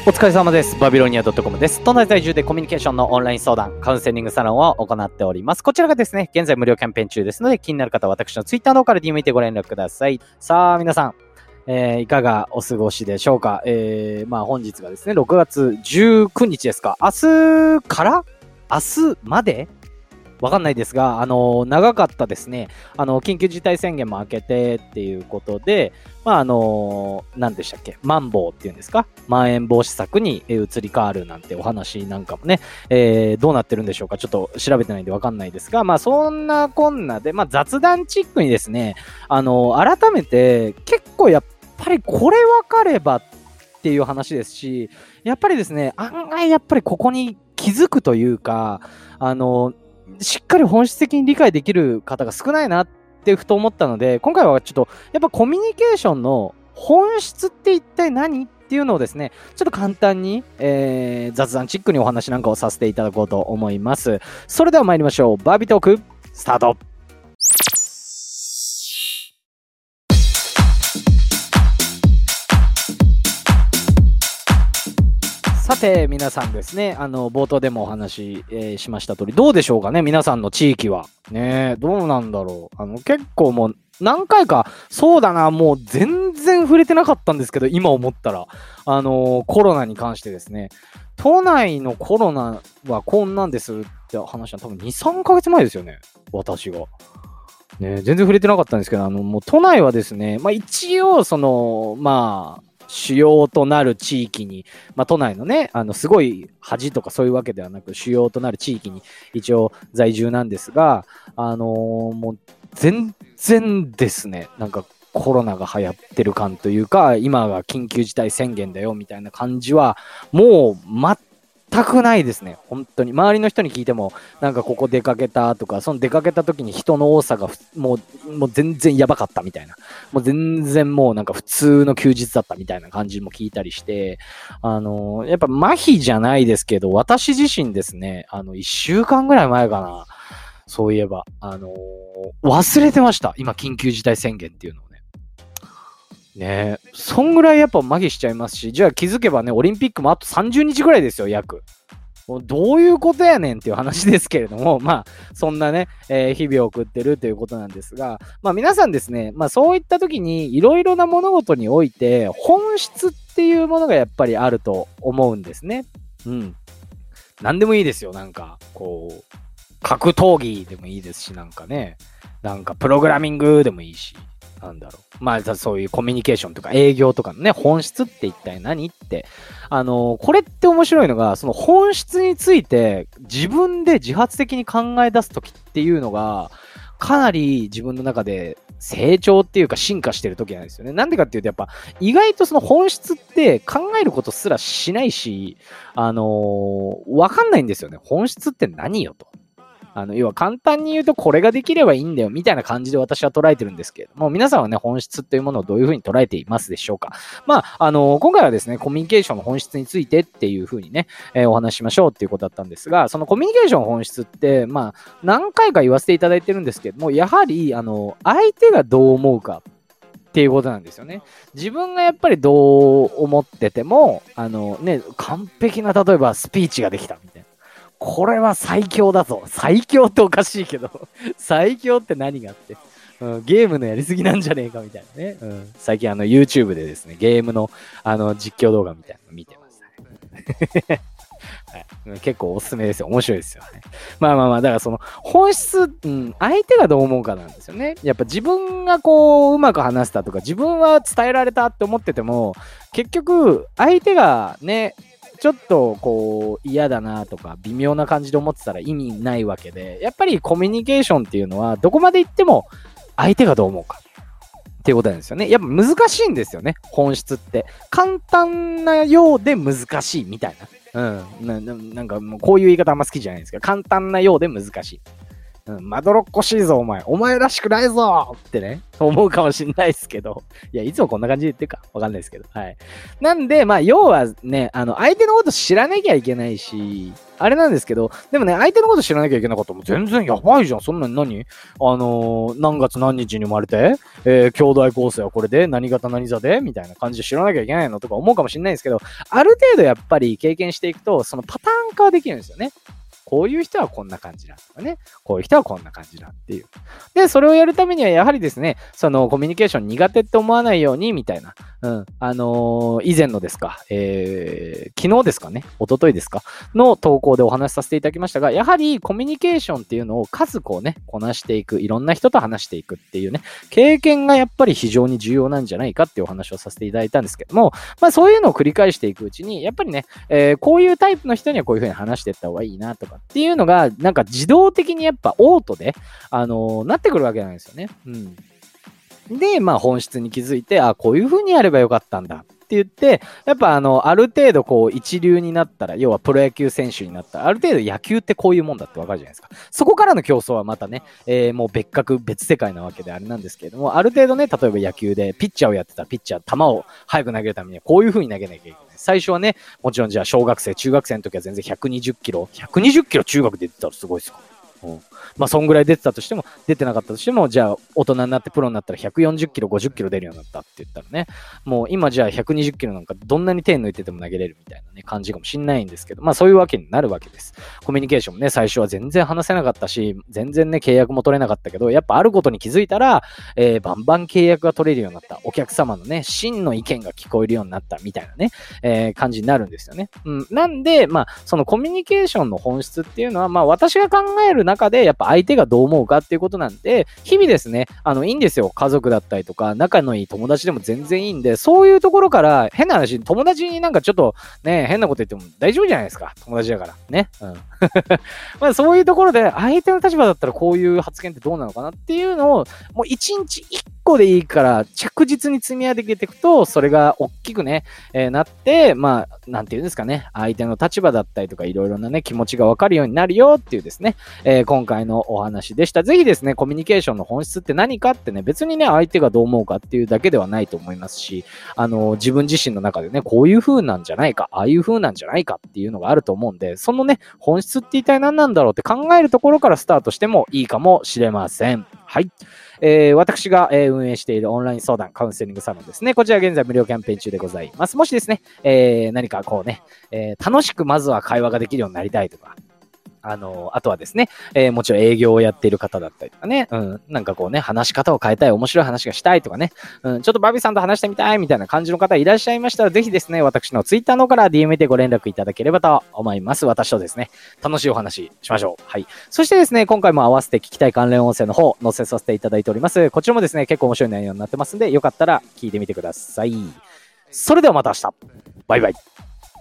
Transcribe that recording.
お疲れ様です。バビロニア .com です。都内在住でコミュニケーションのオンライン相談、カウンセリングサロンを行っております。こちらがですね、現在無料キャンペーン中ですので、気になる方は私の Twitter の方から DM にてご連絡ください。さあ、皆さん、いかがお過ごしでしょうか。本日がですね、6月19日ですか。明日までわかんないですが、長かったですね。緊急事態宣言も明けてっていうことで、何でしたっけ、マンボウっていうんですか、まん延防止策に移り変わるなんてお話なんかもね、どうなってるんでしょうか。ちょっと調べてないんでわかんないですが、そんなこんなで、雑談チックにですね、改めて結構やっぱりこれ分かればっていう話ですし、やっぱりですね、案外やっぱりここに気づくというか、しっかり本質的に理解できる方が少ないなってふと思ったので、今回はちょっとやっぱコミュニケーションの本質って一体何っていうのをですね、ちょっと簡単に、雑談チックにお話なんかをさせていただこうと思います。それでは参りましょう。バービートークスタート。さて皆さんですね、冒頭でもお話し、しました通り、どうでしょうかね、皆さんの地域はね、どうなんだろう。結構もう何回か、そうだな、もう全然触れてなかったんですけど、今思ったらコロナに関してですね、都内のコロナはこんなんですって話は多分 2,3 ヶ月前ですよね、私がね。全然触れてなかったんですけど、もう都内はですね、一応主要となる地域に、都内のね、すごい恥とかそういうわけではなく、主要となる地域に一応在住なんですが、もう全然ですね、なんかコロナが流行ってる感というか、今が緊急事態宣言だよみたいな感じは、もう全くないですね。本当に周りの人に聞いても、なんかここ出かけたとか、その出かけた時に人の多さがもう全然やばかったみたいな、もう全然もうなんか普通の休日だったみたいな感じも聞いたりして、やっぱ麻痺じゃないですけど、私自身ですね、1週間ぐらい前かな、そういえば忘れてました。今緊急事態宣言っていうのをね。ねえ、そんぐらいやっぱ麻痺しちゃいますし、じゃあ気づけばね、オリンピックもあと30日ぐらいですよ、約。もうどういうことやねんっていう話ですけれども、そんなね、日々を送ってるということなんですが、皆さんですね、そういった時にいろいろな物事において、本質っていうものがやっぱりあると思うんですね。うん。なんでもいいですよ、なんか、格闘技でもいいですし、なんかね、なんかプログラミングでもいいし、なんだろう。そういうコミュニケーションとか営業とかのね、本質って一体何って、これって面白いのが、その本質について自分で自発的に考え出すときっていうのが、かなり自分の中で成長っていうか進化してる時なんですよね。なんでかっていうと、やっぱ意外とその本質って考えることすらしないし、わかんないんですよね。本質って何よと。要は簡単に言うとこれができればいいんだよみたいな感じで私は捉えてるんですけれども、皆さんはね、本質というものをどういうふうに捉えていますでしょうか。今回はですね、コミュニケーションの本質についてっていうふうにね、お話ししましょうっていうことだったんですが、そのコミュニケーションの本質って、何回か言わせていただいてるんですけども、やはり、相手がどう思うかっていうことなんですよね。自分がやっぱりどう思ってても、完璧な、例えばスピーチができたみたいな。これは最強だぞ。最強っておかしいけど最強って何があって、ゲームのやりすぎなんじゃねえかみたいなね。最近YouTube でですね、ゲームの実況動画みたいなの見てますね。はい、結構おすすめですよ。面白いですよね。だからその本質、相手がどう思うかなんですよね。やっぱ自分がうまく話せたとか、自分は伝えられたって思ってても、結局相手がね、ちょっと嫌だなとか微妙な感じで思ってたら意味ないわけで、やっぱりコミュニケーションっていうのはどこまで行っても相手がどう思うかっていうことなんですよね。やっぱ難しいんですよね、本質って。簡単なようで難しいみたいな。なんかもうこういう言い方あんま好きじゃないんですけど、簡単なようで難しい。 まどろっこしいぞ、お前らしくないぞってね、思うかもしんないですけど。いや、いつもこんな感じで言ってるかわかんないですけど。はい。なんで、要はね、相手のこと知らなきゃいけないし、あれなんですけど、でもね、相手のこと知らなきゃいけなかったらもう全然やばいじゃん。そんなに何月何日に生まれて、兄弟構成はこれで、何型何座でみたいな感じで知らなきゃいけないのとか思うかもしれないですけど、ある程度やっぱり経験していくと、そのパターン化はできるんですよね。こういう人はこんな感じだとかね。こういう人はこんな感じだっていう。で、それをやるためにはやはりですね、そのコミュニケーション苦手って思わないようにみたいな。以前のですか、昨日ですかね、一昨日ですかの投稿でお話しさせていただきましたが、やはりコミュニケーションっていうのを数こうね、こなしていく、いろんな人と話していくっていうね、経験がやっぱり非常に重要なんじゃないかっていうお話をさせていただいたんですけども、そういうのを繰り返していくうちに、やっぱりね、こういうタイプの人にはこういうふうに話していった方がいいなとかっていうのが、なんか自動的にやっぱオートで、なってくるわけなんですよね。で、本質に気づいて、こういう風にやればよかったんだって言って、やっぱある程度こう一流になったら、要はプロ野球選手になったら、ある程度野球ってこういうもんだってわかるじゃないですか。そこからの競争はまたね、もう別世界なわけであれなんですけれども、ある程度ね、例えば野球でピッチャーをやってたピッチャー、球を早く投げるためにはこういう風に投げなきゃいけない。最初はね、もちろんじゃあ小学生、中学生の時は全然120キロ、120キロ中学で出てたらすごいですよ。そんぐらい出てたとしても、出てなかったとしても、じゃあ、大人になってプロになったら140キロ、50キロ出るようになったって言ったらね、もう今じゃあ120キロなんかどんなに手抜いてても投げれるみたいなね、感じかもしんないんですけど、そういうわけになるわけです。コミュニケーションもね、最初は全然話せなかったし、全然ね、契約も取れなかったけど、やっぱあることに気づいたら、バンバン契約が取れるようになった。お客様のね、真の意見が聞こえるようになったみたいなね、感じになるんですよね。なんで、そのコミュニケーションの本質っていうのは、私が考える中で、やっぱ相手がどう思うかっていうことなんで、日々ですね、いいんですよ。家族だったりとか、仲のいい友達でも全然いいんで、そういうところから、変な話、友達になんかちょっとね、変なこと言っても大丈夫じゃないですか。友達だから。ね。そういうところで、相手の立場だったらこういう発言ってどうなのかなっていうのを、もう一日一個でいいから着実に積み上げていくと、それが大きくね、なって、なんていうんですかね、相手の立場だったりとか、いろいろなね、気持ちがわかるようになるよっていうですね、今回のお話でした。ぜひですね、コミュニケーションの本質って何かってね、別にね、相手がどう思うかっていうだけではないと思いますし、自分自身の中でね、こういう風なんじゃないか、ああいう風なんじゃないかっていうのがあると思うんで、そのね、本質って一体何なんだろうって考えるところからスタートしてもいいかもしれません。はい。私が、運営しているオンライン相談カウンセリングサロンですね。こちら現在無料キャンペーン中でございます。もしですね、何かこうね、楽しくまずは会話ができるようになりたいとか、あとはですね、もちろん営業をやっている方だったりとかね、なんかこうね、話し方を変えたい、面白い話がしたいとかね、ちょっとバビさんと話してみたいみたいな感じの方いらっしゃいましたら、ぜひですね、私のツイッターの方から DM でご連絡いただければと思います。私とですね、楽しいお話しましょう。はい。そしてですね、今回も合わせて聞きたい関連音声の方、載せさせていただいております。こちらもですね、結構面白い内容になってますんで、よかったら聞いてみてください。それではまた明日。バイバイ。